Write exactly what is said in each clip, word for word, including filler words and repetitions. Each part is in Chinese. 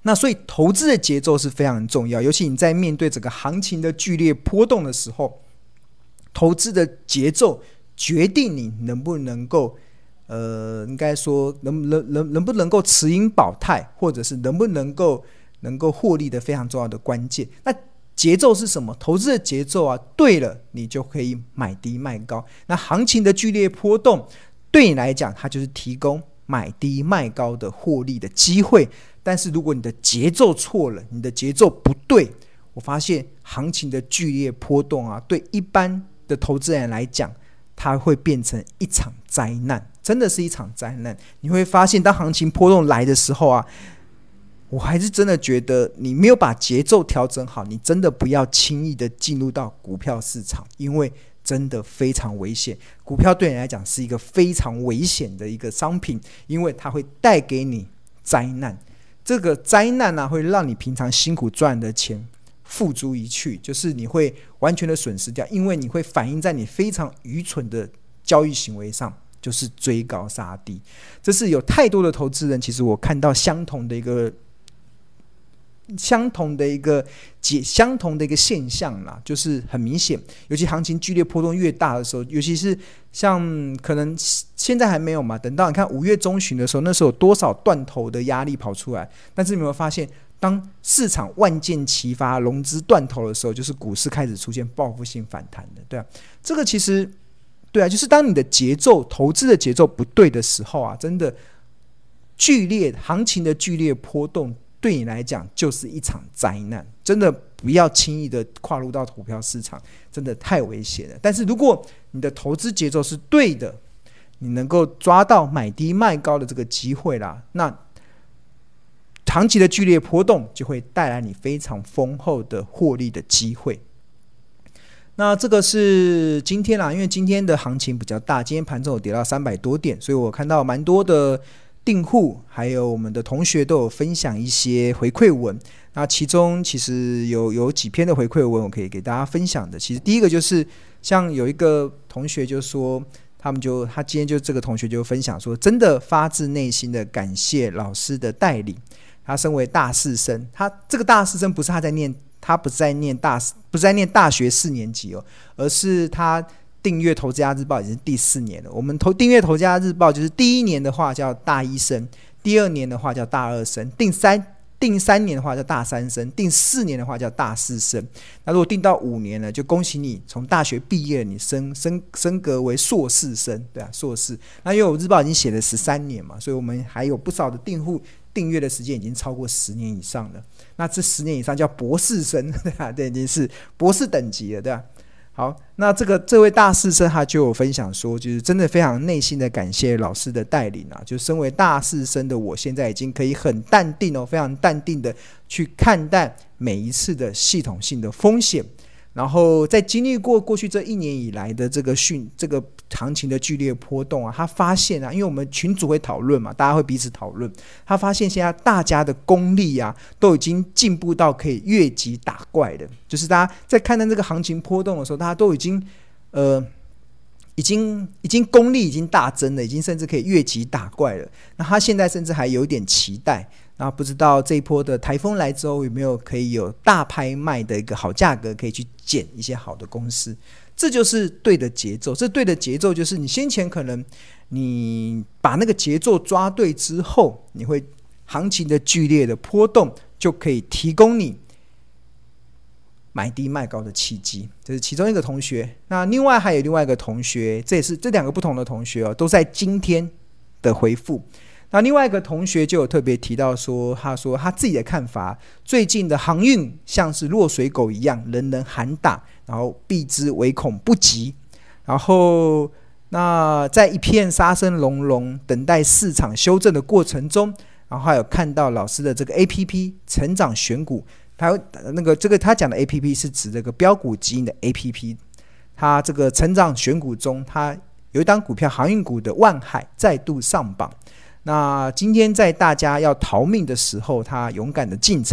那所以投资的节奏是非常重要，尤其你在面对整个行情的剧烈波动的时候，投资的节奏决定你能不能够呃，应该说能能能能不能够持盈保泰，或者是能不能够能够获利的非常重要的关键。那节奏是什么？投资的节奏啊，对了，你就可以买低卖高。那行情的剧烈波动，对你来讲，它就是提供买低卖高的获利的机会。但是如果你的节奏错了，你的节奏不对，我发现行情的剧烈波动啊，对一般的投资人来讲，它会变成一场灾难，真的是一场灾难。你会发现，当行情波动来的时候啊，我还是真的觉得你没有把节奏调整好，你真的不要轻易的进入到股票市场，因为真的非常危险。股票对你来讲是一个非常危险的一个商品，因为它会带给你灾难。这个灾难啊，会让你平常辛苦赚的钱付诸一炬，就是你会完全的损失掉，因为你会反映在你非常愚蠢的交易行为上，就是追高杀低。这是有太多的投资人，其实我看到相同的一个相同的一个相同的一个现象啦，就是很明显，尤其行情剧烈波动越大的时候，尤其是像可能现在还没有嘛，等到你看五月中旬的时候，那时候有多少断头的压力跑出来，但是你有没有发现，当市场万箭齐发，融资断头的时候，就是股市开始出现报复性反弹的，对啊，这个其实对啊，就是当你的节奏投资的节奏不对的时候啊，真的剧烈行情的剧烈波动对你来讲就是一场灾难，真的不要轻易的跨入到股票市场，真的太危险了。但是如果你的投资节奏是对的，你能够抓到买低卖高的这个机会啦，那长期的剧烈波动就会带来你非常丰厚的获利的机会。那这个是今天啦，因为今天的行情比较大，今天盘中有跌到三百多点，所以我看到蛮多的订户还有我们的同学都有分享一些回馈文，那其中其实有有几篇的回馈文我可以给大家分享的。其实第一个就是像有一个同学就说，他们就他今天就这个同学就分享说，真的发自内心的感谢老师的带领。他身为大四生，他这个大四生不是他在念，他不是在念大不是在念大学四年级哦，而是他订阅投资家日报已经是第四年了。我们投订阅投资家日报，就是第一年的话叫大一生，第二年的话叫大二生，第三第三年的话叫大三生，第四年的话叫大四生。那如果订到五年了，就恭喜你从大学毕业了，你升升升格为硕士生，对啊，硕士。那因为我日报已经写了十三年嘛，所以我们还有不少的订户订阅的时间已经超过十年以上了。那这十年以上叫博士生，对吧？这已经是博士等级了，对吧？好，那这个这位大四生他就有分享说，就是真的非常内心的感谢老师的带领啊，就身为大四生的我现在已经可以很淡定哦，非常淡定的去看待每一次的系统性的风险。然后在经历过过去这一年以来的这个训这个行情的剧烈波动啊，他发现啊，因为我们群组会讨论嘛，大家会彼此讨论，他发现现在大家的功力啊都已经进步到可以越级打怪的，就是大家在看待这个行情波动的时候，大家都已经呃已经已经功力已经大增了，已经甚至可以越级打怪了。那他现在甚至还有一点期待，然后不知道这一波的台风来之后有没有可以有大拍卖的一个好价格，可以去捡一些好的公司。这就是对的节奏，这对的节奏就是你先前可能你把那个节奏抓对之后，你会行情的剧烈的波动就可以提供你买低卖高的契机。这是其中一个同学。那另外还有另外一个同学，这也是这两个不同的同学、哦、都在今天的回复。那另外一个同学就有特别提到说，他说他自己的看法，最近的航运像是落水狗一样，人人喊打，然后避之唯恐不及。然后那在一片杀声隆隆等待市场修正的过程中，然后还有看到老师的这个 A P P 成长选股，他那个这个他讲的 A P P 是指这个标股基因的 A P P。他这个成长选股中，他有一档股票航运股的万海再度上榜。那今天在大家要逃命的时候，他勇敢的进场，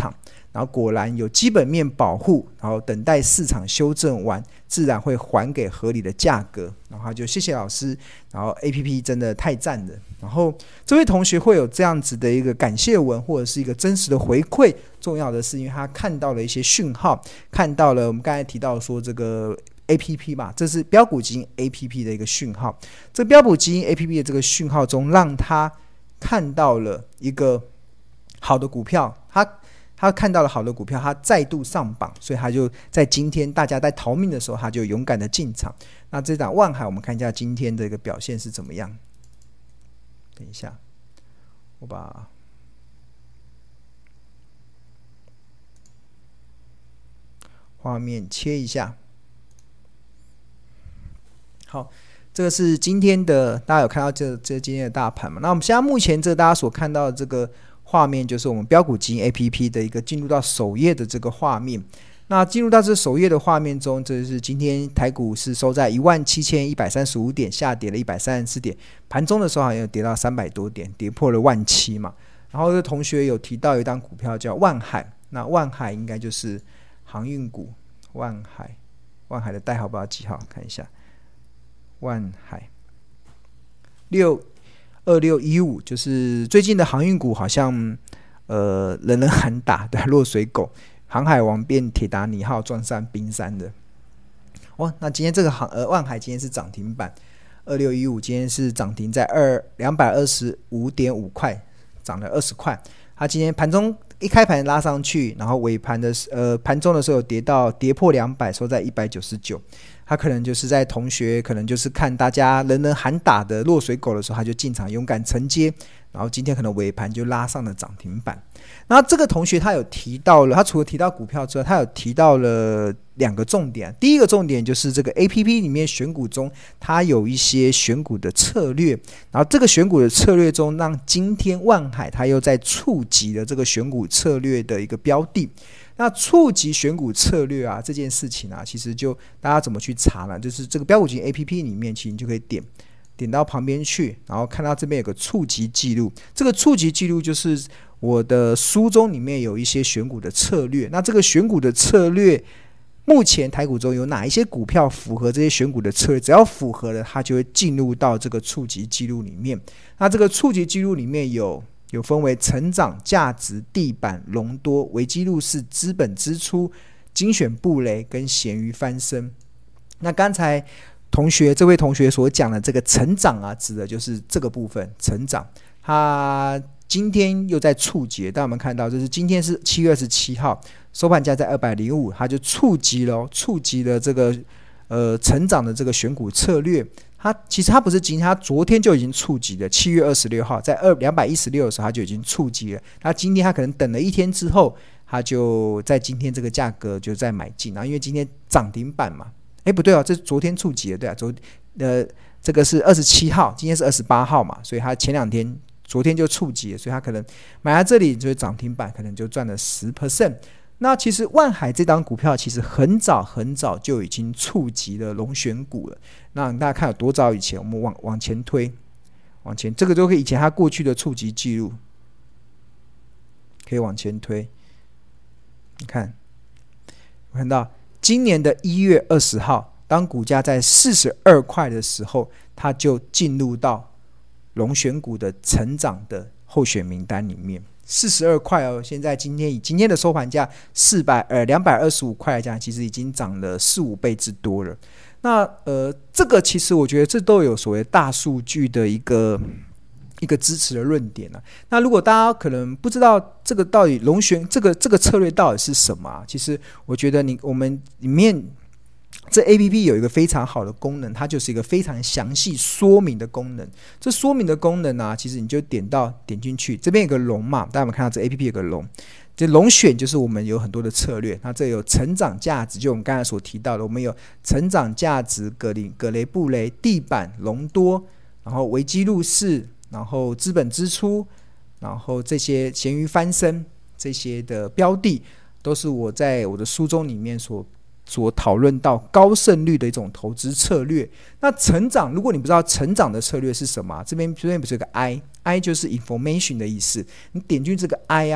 然后果然有基本面保护，然后等待市场修正完，自然会还给合理的价格。然后他就谢谢老师，然后 A P P 真的太赞了。然后这位同学会有这样子的一个感谢文或者是一个真实的回馈，重要的是因为他看到了一些讯号，看到了我们刚才提到说这个A P P 嘛，这是标股基金 A P P 的一个讯号。这标股基金 A P P 的这个讯号中，让他看到了一个好的股票，他他看到了好的股票，他再度上榜，所以他就在今天大家在逃命的时候，他就勇敢的进场。那这档万海，我们看一下今天的一个表现是怎么样。等一下，我把画面切一下。好，这个是今天的，大家有看到这这今天的大盘嘛？那我们现在目前这大家所看到的这个画面，就是我们标股基金 A P P 的一个进入到首页的这个画面。那进入到这首页的画面中，这是今天台股是收在一万七千一百三十五点，下跌了一百三十四点，盘中的时候好像有跌到三百多点，跌破了万七嘛。然后这同学有提到一档股票叫万海，那万海应该就是航运股，万海，万海的代号不知道几号，看一下，万海六二六一五，就是最近的航运股好像呃人人喊打，对，落水狗。航海王变铁达尼号撞上冰山的，哇！那今天这个航呃万海今天是涨停板，二六一五今天是涨停在二两百二十五点五块，涨了二十块。它今天盘中一开盘拉上去，然后尾盘的呃盘中的时候跌到跌破两百，收在一百九十九。他可能就是在同学可能就是看大家人人喊打的落水狗的时候，他就进场勇敢承接，然后今天可能尾盘就拉上了涨停板。然后这个同学他有提到了，他除了提到股票之外，他有提到了两个重点。第一个重点就是这个 A P P 里面选股中，它有一些选股的策略，然后这个选股的策略中，让今天万海他又在触及了这个选股策略的一个标的。那触及选股策略啊这件事情啊，其实就大家怎么去查呢？就是这个标股基金 A P P 里面，其实你就可以点点到旁边去，然后看到这边有个触及记录。这个触及记录就是我的书中里面有一些选股的策略。那这个选股的策略，目前台股中有哪一些股票符合这些选股的策略？只要符合了，它就会进入到这个触及记录里面。那这个触及记录里面有。有分为成长、价值、地板、隆多、危机入市、资本支出、精选布雷跟咸鱼翻身。那刚才同学这位同学所讲的这个成长啊，指的就是这个部分成长。他今天又在触及，但我们看到就是今天是七月二十七号，收盘价在二百零五，他就触及了触及了这个呃成长的这个选股策略。它其实它不是今天，它昨天就已经触及了。七月二十六号在二两百一十六的时候，它就已经触及了。那今天它可能等了一天之后，它就在今天这个价格就再买进。然后因为今天涨停板嘛，哎不对哦，这是昨天触及了，对啊，昨呃这个是二十七号，今天是二十八号嘛，所以它前两天昨天就触及了，所以它可能买在这里就是涨停板，可能就赚了 百分之十。那其实万海这档股票其实很早很早就已经触及了龙选股了。那大家看有多早以前，我们 往, 往前推，往前这个就可以以前它过去的触及记录，可以往前推。你看，我看到今年的一月二十号，当股价在四十二块的时候，它就进入到龙选股的成长的候选名单里面。四十二块哦，现在今天以今天的收盘价四百呃两百二十五块来讲，其实已经涨了四五倍之多了。那呃，这个其实我觉得这都有所谓大数据的一个一个支持的论点啊。那如果大家可能不知道这个到底龙选这个这个策略到底是什么啊，其实我觉得你我们里面。这 A P P 有一个非常好的功能，它就是一个非常详细说明的功能。这说明的功能啊，其实你就点到点进去，这边有个龙嘛，大家有没有看到这 A P P 有个龙？这龙选就是我们有很多的策略，那这有成长价值，就我们刚才所提到的，我们有成长价值、格林格雷布雷、地板、隆多，然后危机入市，然后资本支出，然后这些咸鱼翻身这些的标的，都是我在我的书中里面所。所讨论到高胜率的一种投资策略。那成长，如果你不知道成长的策略是什么、啊、这边这边不是有个 I，I 就是 information 的意思。你点进这个 I 啊，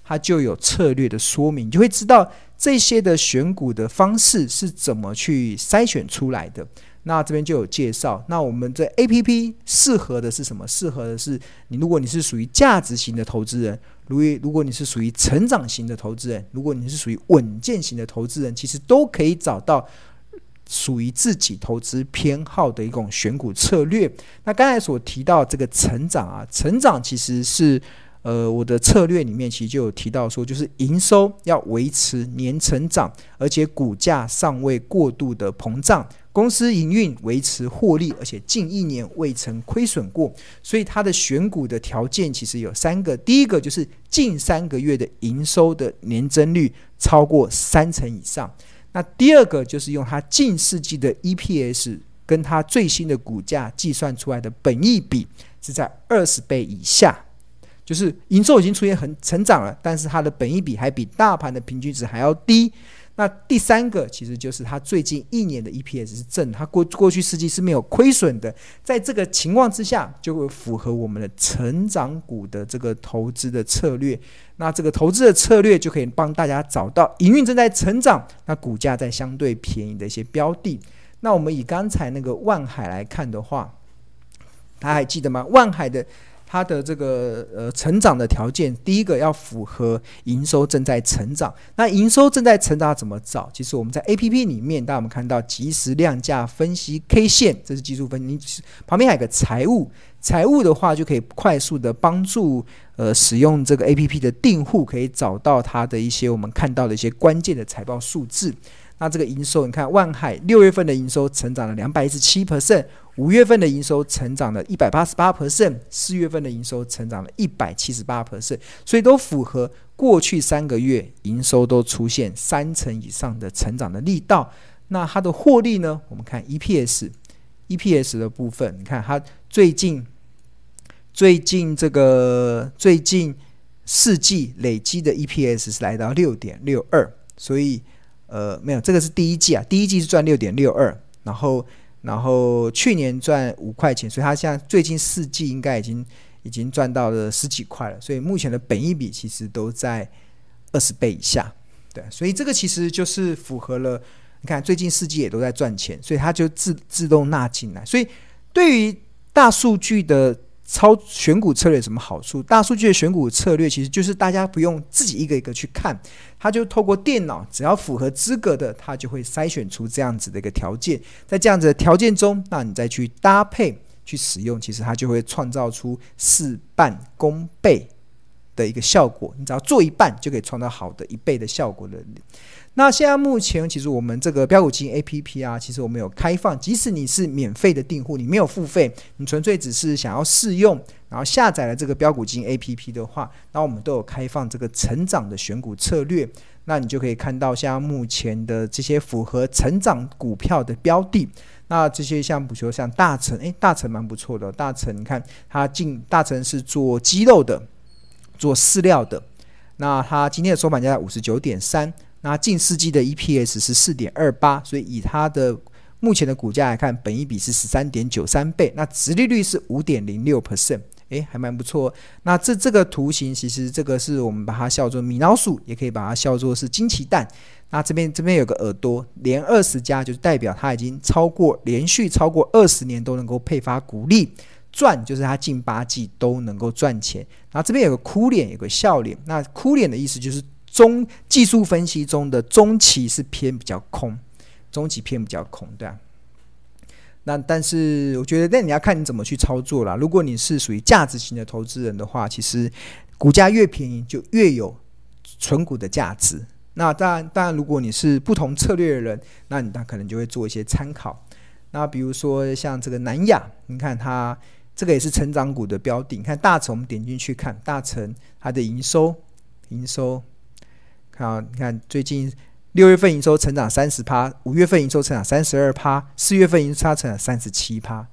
它就有策略的说明，你就会知道这些的选股的方式是怎么去筛选出来的。那这边就有介绍，那我们这 A P P 适合的是什么？适合的是你，如果你是属于价值型的投资人，如如果你是属于成长型的投资人，如果你是属于稳健型的投资人，其实都可以找到属于自己投资偏好的一种选股策略。那刚才所提到这个成长啊，成长其实是呃我的策略里面其实就有提到说，就是营收要维持年成长，而且股价尚未过度的膨胀，公司营运维持获利，而且近一年未曾亏损过。所以它的选股的条件其实有三个，第一个就是近三个月的营收的年增率超过三成以上，那第二个就是用它近世纪的 E P S 跟它最新的股价计算出来的本益比是在二十倍以下，就是营收已经出现很成长了，但是它的本益比还比大盘的平均值还要低。那第三个其实就是它最近一年的 E P S 是正，它 过, 过去世纪是没有亏损的。在这个情况之下，就会符合我们的成长股的这个投资的策略。那这个投资的策略就可以帮大家找到营运正在成长，那股价在相对便宜的一些标的。那我们以刚才那个万海来看的话，大家还记得吗？万海的它的这个呃成长的条件，第一个要符合营收正在成长。那营收正在成长怎么找？其实我们在 A P P 里面，大家有没有看到即时量价分析 K 线，这是技术分析。旁边还有个财务，财务的话就可以快速的帮助呃使用这个 A P P 的订户可以找到它的一些我们看到的一些关键的财报数字。那这个营收，你看万海六月份的营收成长了 百分之两百一十七， 五月份的营收成长了 百分之一百八十八， 四月份的营收成长了 百分之一百七十八， 所以都符合过去三个月营收都出现三成以上的成长的力道。那它的获利呢，我们看 E P S E P S 的部分，你看它最近最近这个最近四季累积的 E P S 是来到 六点六二， 所以呃，没有，这个是第一季啊，第一季是赚 六点六二， 然后然后去年赚五块钱，所以它现在最近四季应该已经已经赚到了十几块了，所以目前的本益比其实都在二十倍以下，对，所以这个其实就是符合了，你看最近四季也都在赚钱，所以它就 自, 自动纳进来。所以对于大数据的超选股策略有什么好处？大数据的选股策略其实就是大家不用自己一个一个去看，它就透过电脑，只要符合资格的，它就会筛选出这样子的一个条件，在这样子的条件中，那你再去搭配去使用，其实它就会创造出事半功倍的一个效果，你只要做一半就可以创造好的一倍的效果的。那现在目前其实我们这个标股基金 A P P 啊，其实我们有开放，即使你是免费的订户，你没有付费，你纯粹只是想要试用，然后下载了这个标股基金 A P P 的话，那我们都有开放这个成长的选股策略，那你就可以看到像目前的这些符合成长股票的标的。那这些像比如说像大成，诶大成蛮不错的，大成你看它进大成是做鸡肉的，做饲料的，那它今天的收盘价在 五十九点三，那近四季的 E P S 是 四点二八， 所以以它的目前的股价来看，本益比是 十三点九三倍，那殖利率是 五点零六， 诶还蛮不错。那这这个图形其实这个是我们把它叫做米老鼠，也可以把它叫做是金奇蛋。那这边这边有个耳朵，连二十家就是代表它已经超过连续超过二十年都能够配发股利，赚就是它近八季都能够赚钱。然后这边有个哭脸，有个笑脸，那哭脸的意思就是中技术分析中的中期是偏比较空，中期偏比较空，对啊。那但是我觉得，那你要看你怎么去操作啦。如果你是属于价值型的投资人的话，其实股价越便宜就越有存股的价值。那当然，当然，如果你是不同策略的人，那你可能就会做一些参考。那比如说像这个南亚，你看它这个也是成长股的标的。你看大成，我们点进去看大成它的营收，营收。看、啊，你看最近六月份营收成长 百分之三十， 五月份营收成长 百分之三十二， 四月份营收成长 百分之三十七。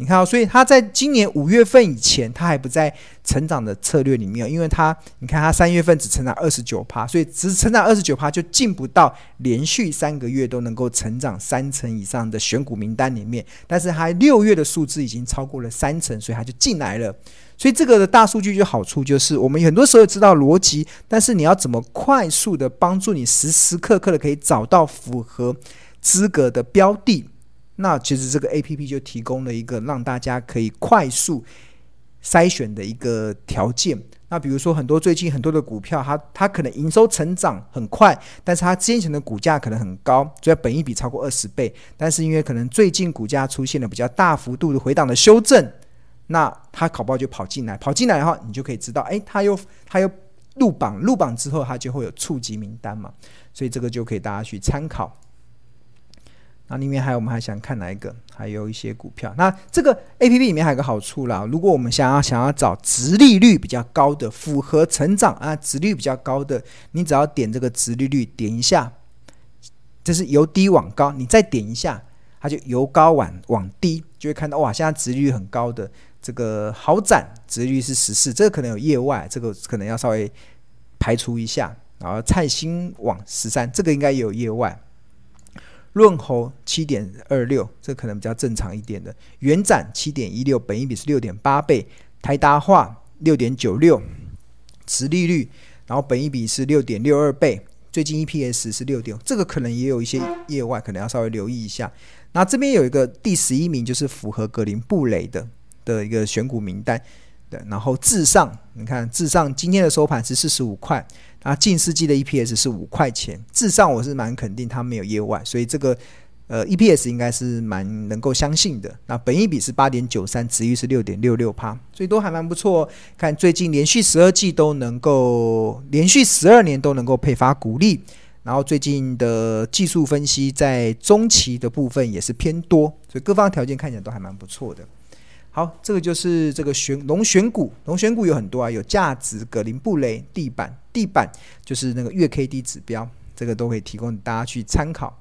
你看到、哦，所以它在今年五月份以前，它还不在成长的策略里面，因为它你看它三月份只成长 百分之二十九， 所以只成长 百分之二十九 就进不到连续三个月都能够成长三成以上的选股名单里面，但是它六月的数字已经超过了三成，所以它就进来了。所以这个的大数据就好处就是我们很多时候知道逻辑，但是你要怎么快速的帮助你时时刻刻的可以找到符合资格的标的，那其实这个 A P P 就提供了一个让大家可以快速筛选的一个条件。那比如说很多最近很多的股票，它它可能营收成长很快，但是它之前的股价可能很高，所以本益比超过二十倍，但是因为可能最近股价出现了比较大幅度的回档的修正，那它搞不好就跑进来，跑进来的话，你就可以知道，哎，它又它又入榜，入榜之后它就会有触及名单嘛，所以这个就可以大家去参考。那里面还有我们还想看哪一个？还有一些股票。那这个 A P P 里面还有个好处啦，如果我们想要想要找殖利率比较高的，符合成长啊，殖利率比较高的，你只要点这个殖利率，点一下，这是由低往高，你再点一下，它就由高往往低，就会看到哇，现在殖利率很高的这个豪展，殖利率是十四，这个可能有业外，这个可能要稍微排除一下。然后蔡兴网十三，这个应该也有业外。润侯 七点二六， 这可能比较正常一点的。元展 七点一六， 本益比是 六点八倍。台达化 六点九六， 殖利率，然后本益比是 六点六二倍，最近 E P S 是 六点五， 这个可能也有一些业外，可能要稍微留意一下。那这边有一个第十一名，就是符合格林布雷的的一个选股名单。对，然后至上，你看至上今天的收盘是四十五块，啊，近世纪的 E P S 是五块钱，至上我是蛮肯定它没有业外，所以这个呃 E P S 应该是蛮能够相信的。那本益比是 八点九三， 殖利率是 六点六六， 所以都还蛮不错、哦、看最近连续十二季都能够，连续十二年都能够配发股利，然后最近的技术分析在中期的部分也是偏多，所以各方条件看起来都还蛮不错的。好，这个就是这个选龙选股，龙选股有很多啊，有价值、格林布雷、地板，地板就是那个月 K D 指标，这个都可以提供大家去参考。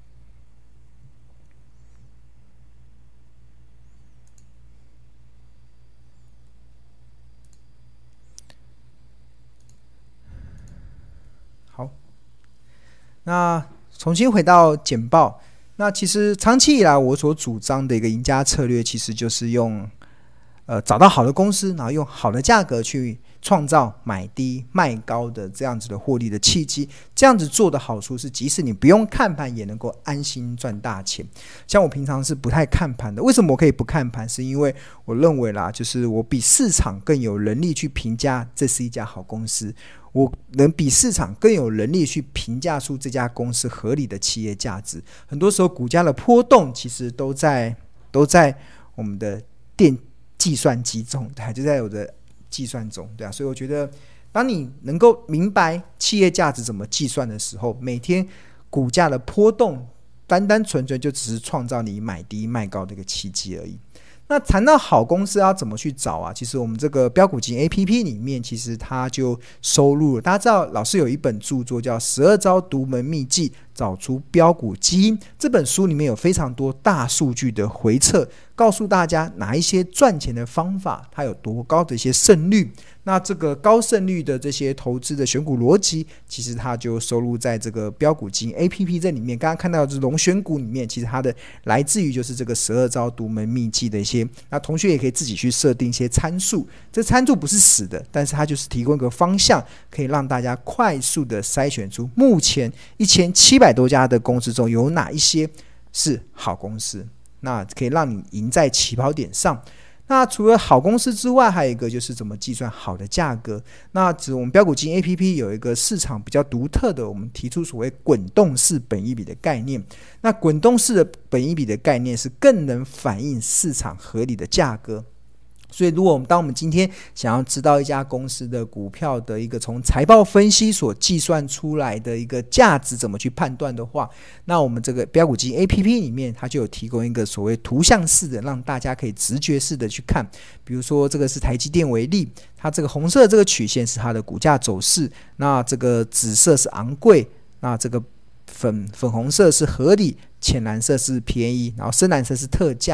好，那重新回到简报。那其实长期以来我所主张的一个赢家策略，其实就是用呃找到好的公司，然后用好的价格去创造买低卖高的这样子的获利的契机。这样子做的好处是，即使你不用看盘也能够安心赚大钱。像我平常是不太看盘的，为什么我可以不看盘？是因为我认为啦，就是我比市场更有能力去评价这是一家好公司，我能比市场更有能力去评价出这家公司合理的企业价值。很多时候股价的波动其实都在都在我们的电计算机中，对，就在我的计算中，对啊，所以我觉得当你能够明白企业价值怎么计算的时候，每天股价的波动单单纯纯就只是创造你买低卖高的一个契机而已。那谈到好公司要怎么去找啊？其实我们这个标股金 A P P 里面，其实它就收录了。大家知道老师有一本著作叫《十二招独门秘技，找出标股基因》，这本书里面有非常多大数据的回测，告诉大家哪一些赚钱的方法，它有多高的一些胜率。那这个高胜率的这些投资的选股逻辑，其实它就收录在这个标股金 A P P 这里面。刚刚看到的龙选股里面，其实它的来自于就是这个十二招独门秘技的一些，那同学也可以自己去设定一些参数，这参数不是死的，但是它就是提供一个方向，可以让大家快速的筛选出目前一千七百多家的公司中有哪一些是好公司，那可以让你赢在起跑点上。那除了好公司之外，还有一个就是怎么计算好的价格。那指我们标股金 A P P 有一个市场比较独特的，我们提出所谓滚动式本益比的概念。那滚动式的本益比的概念是更能反映市场合理的价格。所以如果我们当我们今天想要知道一家公司的股票的一个从财报分析所计算出来的一个价值怎么去判断的话，那我们这个标股金 A P P 里面它就有提供一个所谓图像式的，让大家可以直觉式的去看。比如说这个是台积电为例，它这个红色的这个曲线是它的股价走势，那这个紫色是昂贵，那这个粉粉红色是合理，浅蓝色是便宜，然后深蓝色是特价。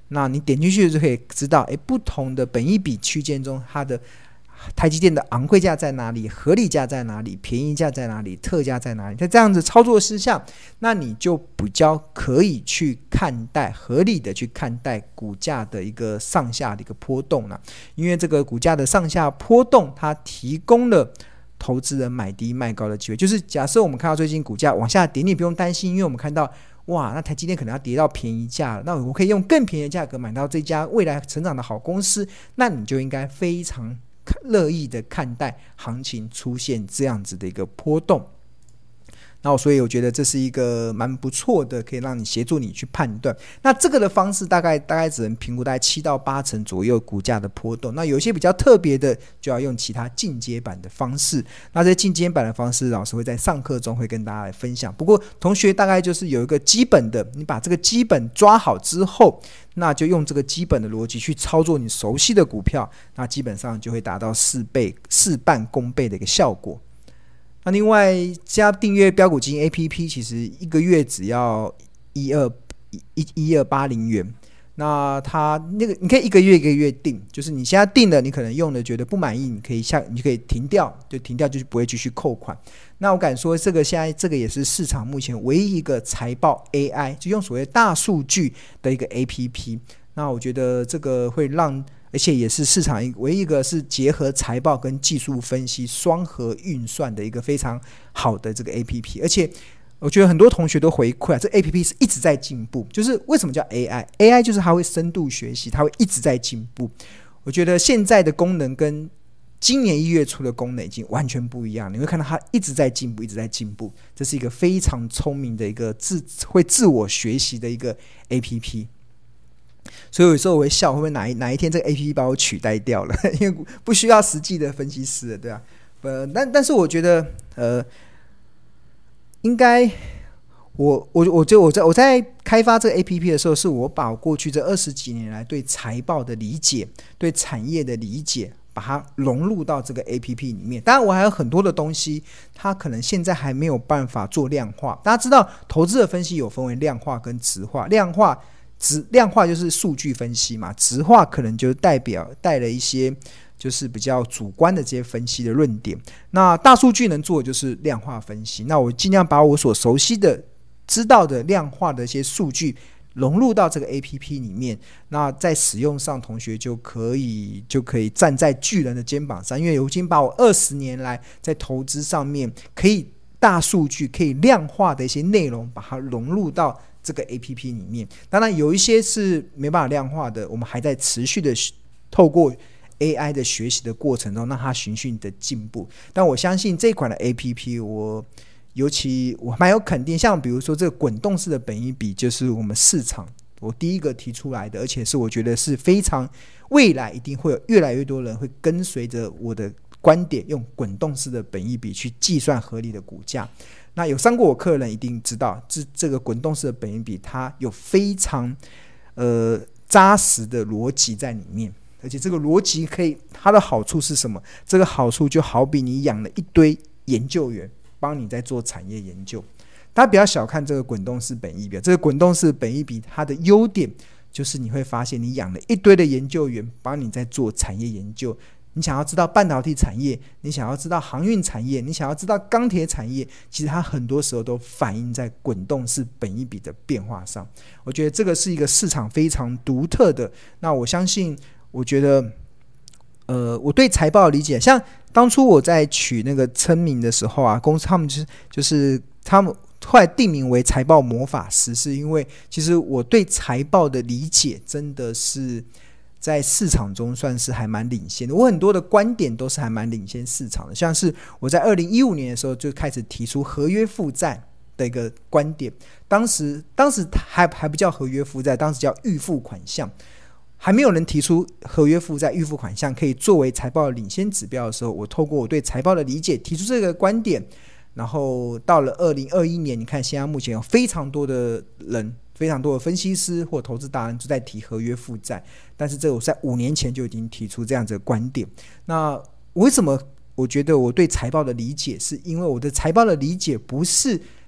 那你点进去就可以知道，诶，不同的本益比区间中，它的台积电的昂贵价在哪里，合理价在哪里，便宜价在哪里，特价在哪里。在这样子操作之下，那你就比较可以去看待，合理的去看待股价的一个上下的一个波动了。因为这个股价的上下波动，它提供了投资人买低卖高的机会。就是假设我们看到最近股价往下跌，你不用担心，因为我们看到哇，那台积电可能要跌到便宜价了，那我可以用更便宜的价格买到这家未来成长的好公司，那你就应该非常乐意的看待行情出现这样子的一个波动。那所以我觉得这是一个蛮不错的，可以让你协助你去判断。那这个的方式大概大概只能评估大概七到八成左右股价的波动。那有一些比较特别的，就要用其他进阶版的方式。那这些进阶版的方式，老师会在上课中会跟大家来分享。不过同学大概就是有一个基本的，你把这个基本抓好之后，那就用这个基本的逻辑去操作你熟悉的股票，那基本上就会达到事倍事半功倍的一个效果。那另外加订阅标股基金 A P P， 其实一个月只要一二一一二八零元。那它那个你可以一个月一个月订，就是你现在订了，你可能用了觉得不满意，你可以下你可以停掉，就停掉就不会继续扣款。那我敢说，这个现在这个也是市场目前唯一一个财报 A I， 就用所谓大数据的一个 A P P。那我觉得这个会让。而且也是市场唯一一个是结合财报跟技术分析双核运算的一个非常好的这个 A P P。 而且我觉得很多同学都回馈啊，这 A P P 是一直在进步。就是为什么叫 A I A I 就是它会深度学习，它会一直在进步。我觉得现在的功能跟今年一月初的功能已经完全不一样，你会看到它一直在进步一直在进步。这是一个非常聪明的一个自会自我学习的一个 A P P。所以有时候我会笑，会不会哪一哪一天这个 A P P 把我取代掉了？因为不需要实际的分析师了，对吧、啊？呃，但但是我觉得，呃，应该我我我就我在我在开发这个 A P P 的时候，是我把我过去这二十几年来对财报的理解、对产业的理解，把它融入到这个 A P P 里面。当然，我还有很多的东西，它可能现在还没有办法做量化。大家知道，投资的分析有分为量化跟质化，量化。质量化就是数据分析嘛，质化可能就代表带了一些就是比较主观的这些分析的论点。那大数据能做的就是量化分析，那我尽量把我所熟悉的知道的量化的一些数据融入到这个 A P P 里面，那在使用上同学就可以就可以站在巨人的肩膀上。因为我已经把我二十年来在投资上面可以大数据可以量化的一些内容把它融入到这个 A P P 里面。当然有一些是没办法量化的，我们还在持续的透过 A I 的学习的过程中让它循序的进步。但我相信这款的 A P P 我尤其我蛮有肯定，像比如说这个滚动式的本益比，就是我们市场我第一个提出来的，而且是我觉得是非常未来一定会有越来越多人会跟随着我的观点，用滚动式的本益比去计算合理的股价。那有上过我课的人一定知道，这这个滚动式的本益比它有非常呃扎实的逻辑在里面，而且这个逻辑可以，它的好处是什么？这个好处就好比你养了一堆研究员帮你在做产业研究。大家不要小看这个滚动式本益比，这个滚动式本益比它的优点就是你会发现你养了一堆的研究员帮你在做产业研究。你想要知道半导体产业，你想要知道航运产业，你想要知道钢铁产业，其实它很多时候都反映在滚动式本益比的变化上。我觉得这个是一个市场非常独特的。那我相信，我觉得呃，我对财报的理解，像当初我在取那个称名的时候啊，公司他们就是就是他们后来定名为财报魔法师，是因为其实我对财报的理解真的是在市场中算是还蛮领先的。我很多的观点都是还蛮领先市场的，像是我在二零一五年的时候就开始提出合约负债的一个观点，当时当时还还不叫合约负债，当时叫预付款项，还没有人提出合约负债预付款项可以作为财报的领先指标的时候，我透过我对财报的理解提出这个观点。然后到了二零二一年，你看现在目前有非常多的人，非常多的分析师或投资达人就在提合约负债，但是这我在五年前就已经提出这样子的观点。那为什么我觉得我对财报的理解，是因为我的财报的理解不是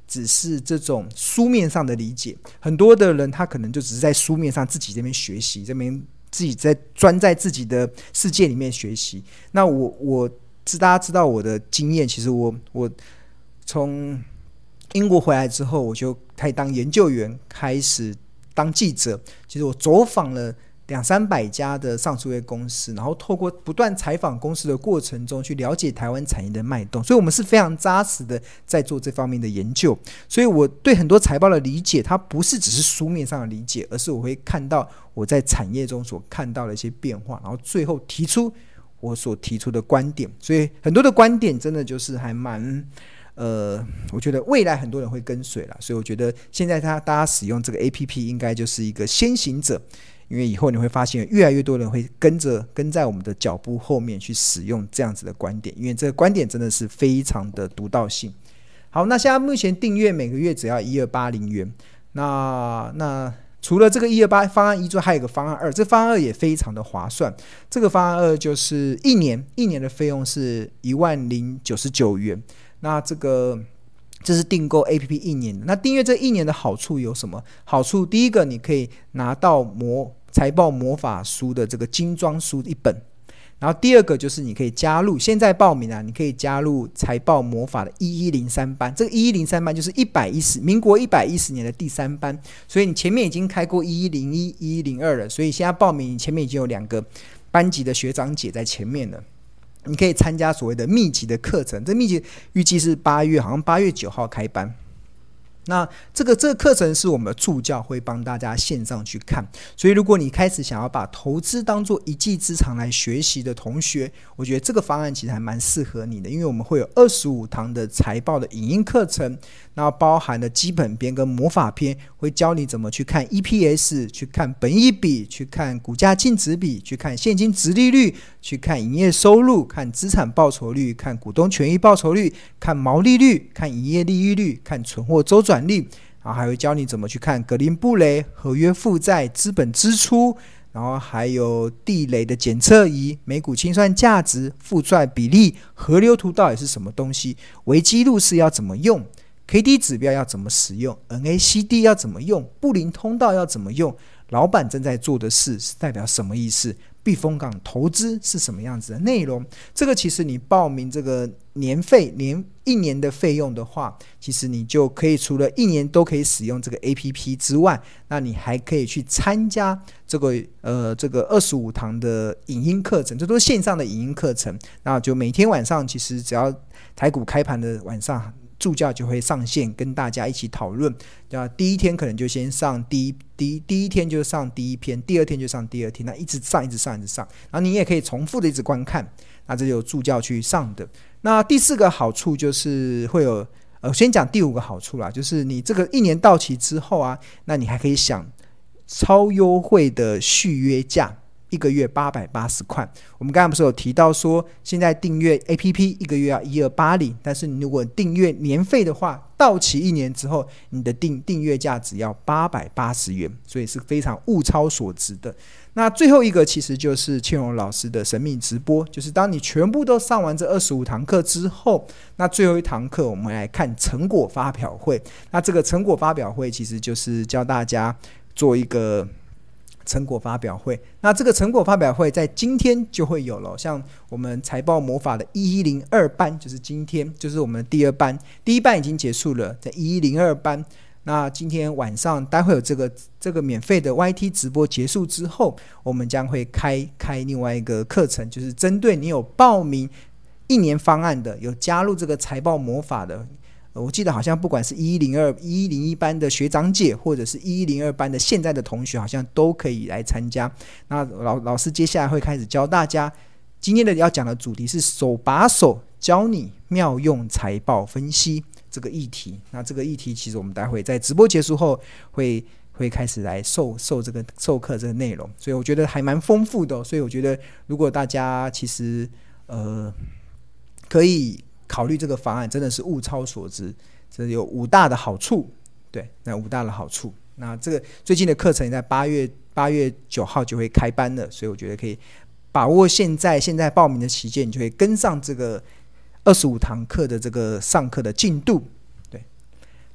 只是这种书面上的理解，很多的人他可能就只是在书面上自己这边学习，这边自己在钻在自己的世界里面学习。那我我知大家知道我的经验，其实我我从英国回来之后，我就开始当研究员，开始当记者。其实我走访了两三百家的上市柜公司，然后透过不断采访公司的过程中，去了解台湾产业的脉动。所以我们是非常扎实的在做这方面的研究。所以我对很多财报的理解，它不是只是书面上的理解，而是我会看到我在产业中所看到的一些变化，然后最后提出我所提出的观点。所以很多的观点真的就是还蛮呃，我觉得未来很多人会跟随啦，所以我觉得现在他大家使用这个 A P P 应该就是一个先行者，因为以后你会发现越来越多人会跟着跟在我们的脚步后面去使用这样子的观点，因为这个观点真的是非常的独到性。好，那现在目前订阅每个月只要一二八零元，那那除了这个一二八方案一之外，还有一个方案二，这方案二也非常的划算。这个方案二就是一年一年的费用是一万零九十九元。那这个这是订购 A P P 一年的。那订阅这一年的好处有什么好处？第一个，你可以拿到魔财报魔法书的这个精装书一本。然后第二个就是你可以加入，现在报名啊，你可以加入财报魔法的一一零三班。这个一一零三班就是一百一十民国一百一十年的第三班，所以你前面已经开过一一零一、一一零二了，所以现在报名，你前面已经有两个班级的学长姐在前面了。你可以参加所谓的密集的课程，这密集预计是八月，好像八月九号开班。那这个这个课程是我们的助教会帮大家线上去看，所以如果你开始想要把投资当作一技之长来学习的同学，我觉得这个方案其实还蛮适合你的，因为我们会有二十五堂的财报的影音课程，那包含了基本篇跟魔法篇，会教你怎么去看 E P S， 去看本益比，去看股价净值比，去看现金殖利率，去看营业收入，看资产报酬率，看股东权益报酬率，看毛利率，看营业利率，看存货周转率，然后还会教你怎么去看格林布雷、合约负债、资本支出，然后还有地雷的检测仪、每股清算价值、负债比例、河流图到底是什么东西，维基路是要怎么用， K D 指标要怎么使用， N A C D 要怎么用，布林通道要怎么用，老板正在做的事是代表什么意思，避风港投资是什么样子的内容。这个其实你报名这个年费年一年的费用的话，其实你就可以除了一年都可以使用这个 A P P 之外，那你还可以去参加这个呃这个二十五堂的影音课程，这都是线上的影音课程。那就每天晚上其实只要台股开盘的晚上，助教就会上线跟大家一起讨论。那第一天可能就先上第一第一第一天就上第一篇，第二天就上第二天，那一直上一直上一直上，然后你也可以重复的一直观看，那这就有助教去上的。那第四个好处就是会有呃，先讲第五个好处啦，就是你这个一年到期之后啊，那你还可以享超优惠的续约价，一个月八百八十块。我们刚才不是有提到说，现在订阅 A P P 一个月要一二八零，但是你如果订阅年费的话，到期一年之后，你的订订阅价只要八百八十元，所以是非常物超所值的。那最后一个其实就是庆荣老师的神秘直播，就是当你全部都上完这二十五堂课之后，那最后一堂课我们来看成果发表会。那这个成果发表会其实就是教大家做一个成果发表会，那这个成果发表会在今天就会有了，像我们财报魔法的一一零二班，就是今天，就是我们的第二班，第一班已经结束了，在一一零二班，那今天晚上待会有这个这个免费的 Y T 直播结束之后，我们将会开开另外一个课程，就是针对你有报名一年方案的，有加入这个财报魔法的。我记得好像不管是一一零二、一一零一班的学长姐，或者是一一零二班的现在的同学，好像都可以来参加。那 老, 老师接下来会开始教大家，今天的要讲的主题是手把手教你妙用财报分析这个议题。那这个议题其实我们待会在直播结束后会会开始来授授这个授课这个内容，所以我觉得还蛮丰富的、哦。所以我觉得如果大家其实呃可以考虑这个方案，真的是物超所值，这有五大的好处。对，那五大的好处。那这个最近的课程在八月八月九号就会开班了，所以我觉得可以把握现在现在报名的期间，你就会跟上这个二十五堂课的这个上课的进度。对，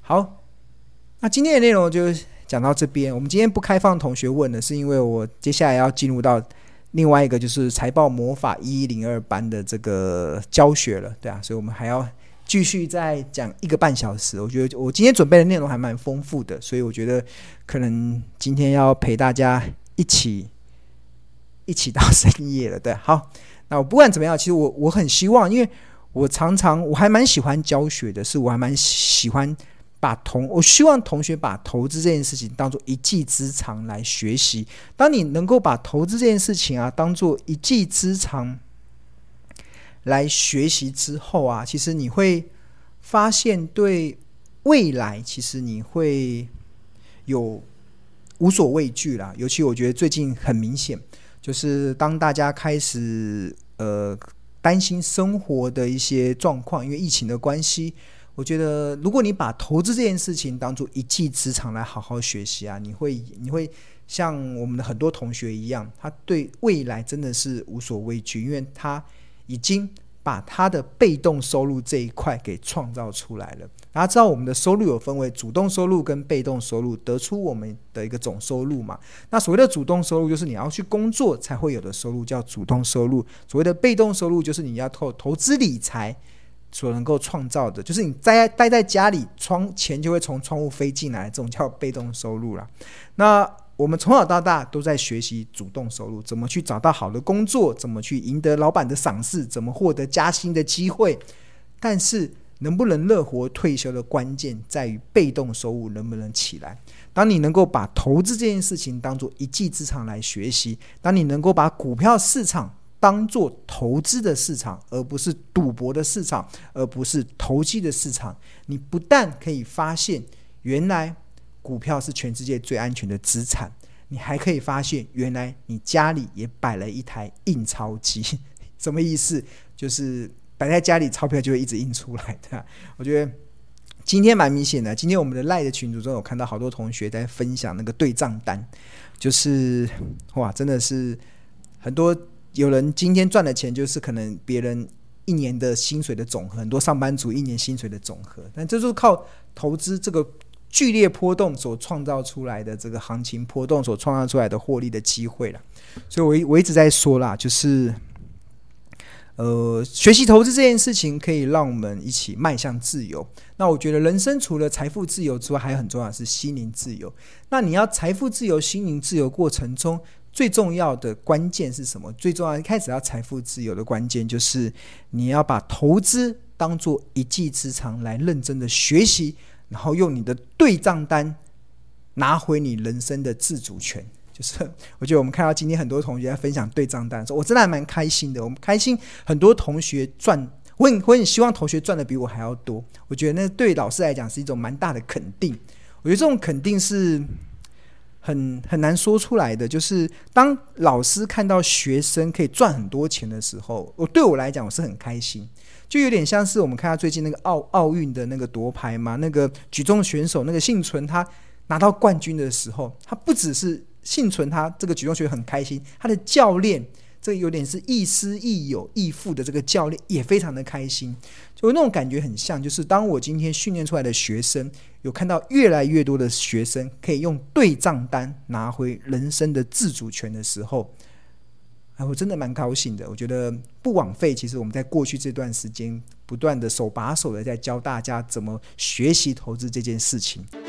好，那今天的内容就讲到这边。我们今天不开放同学问的，是因为我接下来要进入到另外一个就是财报魔法一一零二班的这个教学了，对啊，所以我们还要继续再讲一个半小时。我觉得我今天准备的内容还蛮丰富的，所以我觉得可能今天要陪大家一起一起到深夜了，对。好，那我不管怎么样，其实我我很希望，因为我常常我还蛮喜欢教学的，是我还蛮喜欢把同我希望同学把投资这件事情当做一技之长来学习。当你能够把投资这件事情啊当做一技之长来学习之后啊，其实你会发现对未来其实你会有无所畏惧啦。尤其我觉得最近很明显，就是当大家开始呃担心生活的一些状况，因为疫情的关系，我觉得如果你把投资这件事情当作一技之长来好好学习啊，你会你会像我们的很多同学一样，他对未来真的是无所畏惧，因为他已经把他的被动收入这一块给创造出来了。大家知道我们的收入有分为主动收入跟被动收入，得出我们的一个总收入嘛。那所谓的主动收入就是你要去工作才会有的收入，叫主动收入。所谓的被动收入就是你要透投资理财所能够创造的，就是你待待在家里，窗钱就会从窗户飞进来，这种叫被动收入啦。那我们从小到大都在学习主动收入，怎么去找到好的工作，怎么去赢得老板的赏识，怎么获得加薪的机会。但是能不能乐活退休的关键在于被动收入能不能起来。当你能够把投资这件事情当作一技之长来学习，当你能够把股票市场当作投资的市场，而不是赌博的市场，而不是投机的市场，你不但可以发现原来股票是全世界最安全的资产，你还可以发现原来你家里也摆了一台印钞机。什么意思？就是摆在家里钞票就会一直印出来的。我觉得今天蛮明显的，今天我们的 LINE 的群组中有看到好多同学在分享那个对账单，就是哇，真的是很多有人今天赚的钱就是可能别人一年的薪水的总和，很多上班族一年薪水的总和，但这就是靠投资这个剧烈波动所创造出来的，这个行情波动所创造出来的获利的机会啦。所以 我, 我一直在说啦，就是呃，学习投资这件事情可以让我们一起迈向自由。那我觉得人生除了财富自由之外，还有很重要的是心灵自由。那你要财富自由、心灵自由过程中，最重要的关键是什么？最重要一开始要财富自由的关键就是你要把投资当作一技之长来认真的学习，然后用你的对账单拿回你人生的自主权。就是我觉得我们看到今天很多同学在分享对账单的时候，我真的还蛮开心的。我们开心很多同学赚，我很我很希望同学赚的比我还要多。我觉得那对老师来讲是一种蛮大的肯定。我觉得这种肯定是很很难说出来的。就是当老师看到学生可以赚很多钱的时候，我对我来讲我是很开心。就有点像是我们看到最近那个奥奥运的那个夺牌嘛，那个举重选手那个幸存，他拿到冠军的时候，他不只是幸存，他这个举重选手很开心，他的教练这个有点是亦师亦友亦父的这个教练也非常的开心。就那种感觉很像，就是当我今天训练出来的学生有看到越来越多的学生可以用对账单拿回人生的自主权的时候，哎，我真的蛮高兴的。我觉得不枉费其实我们在过去这段时间不断的手把手的在教大家怎么学习投资这件事情。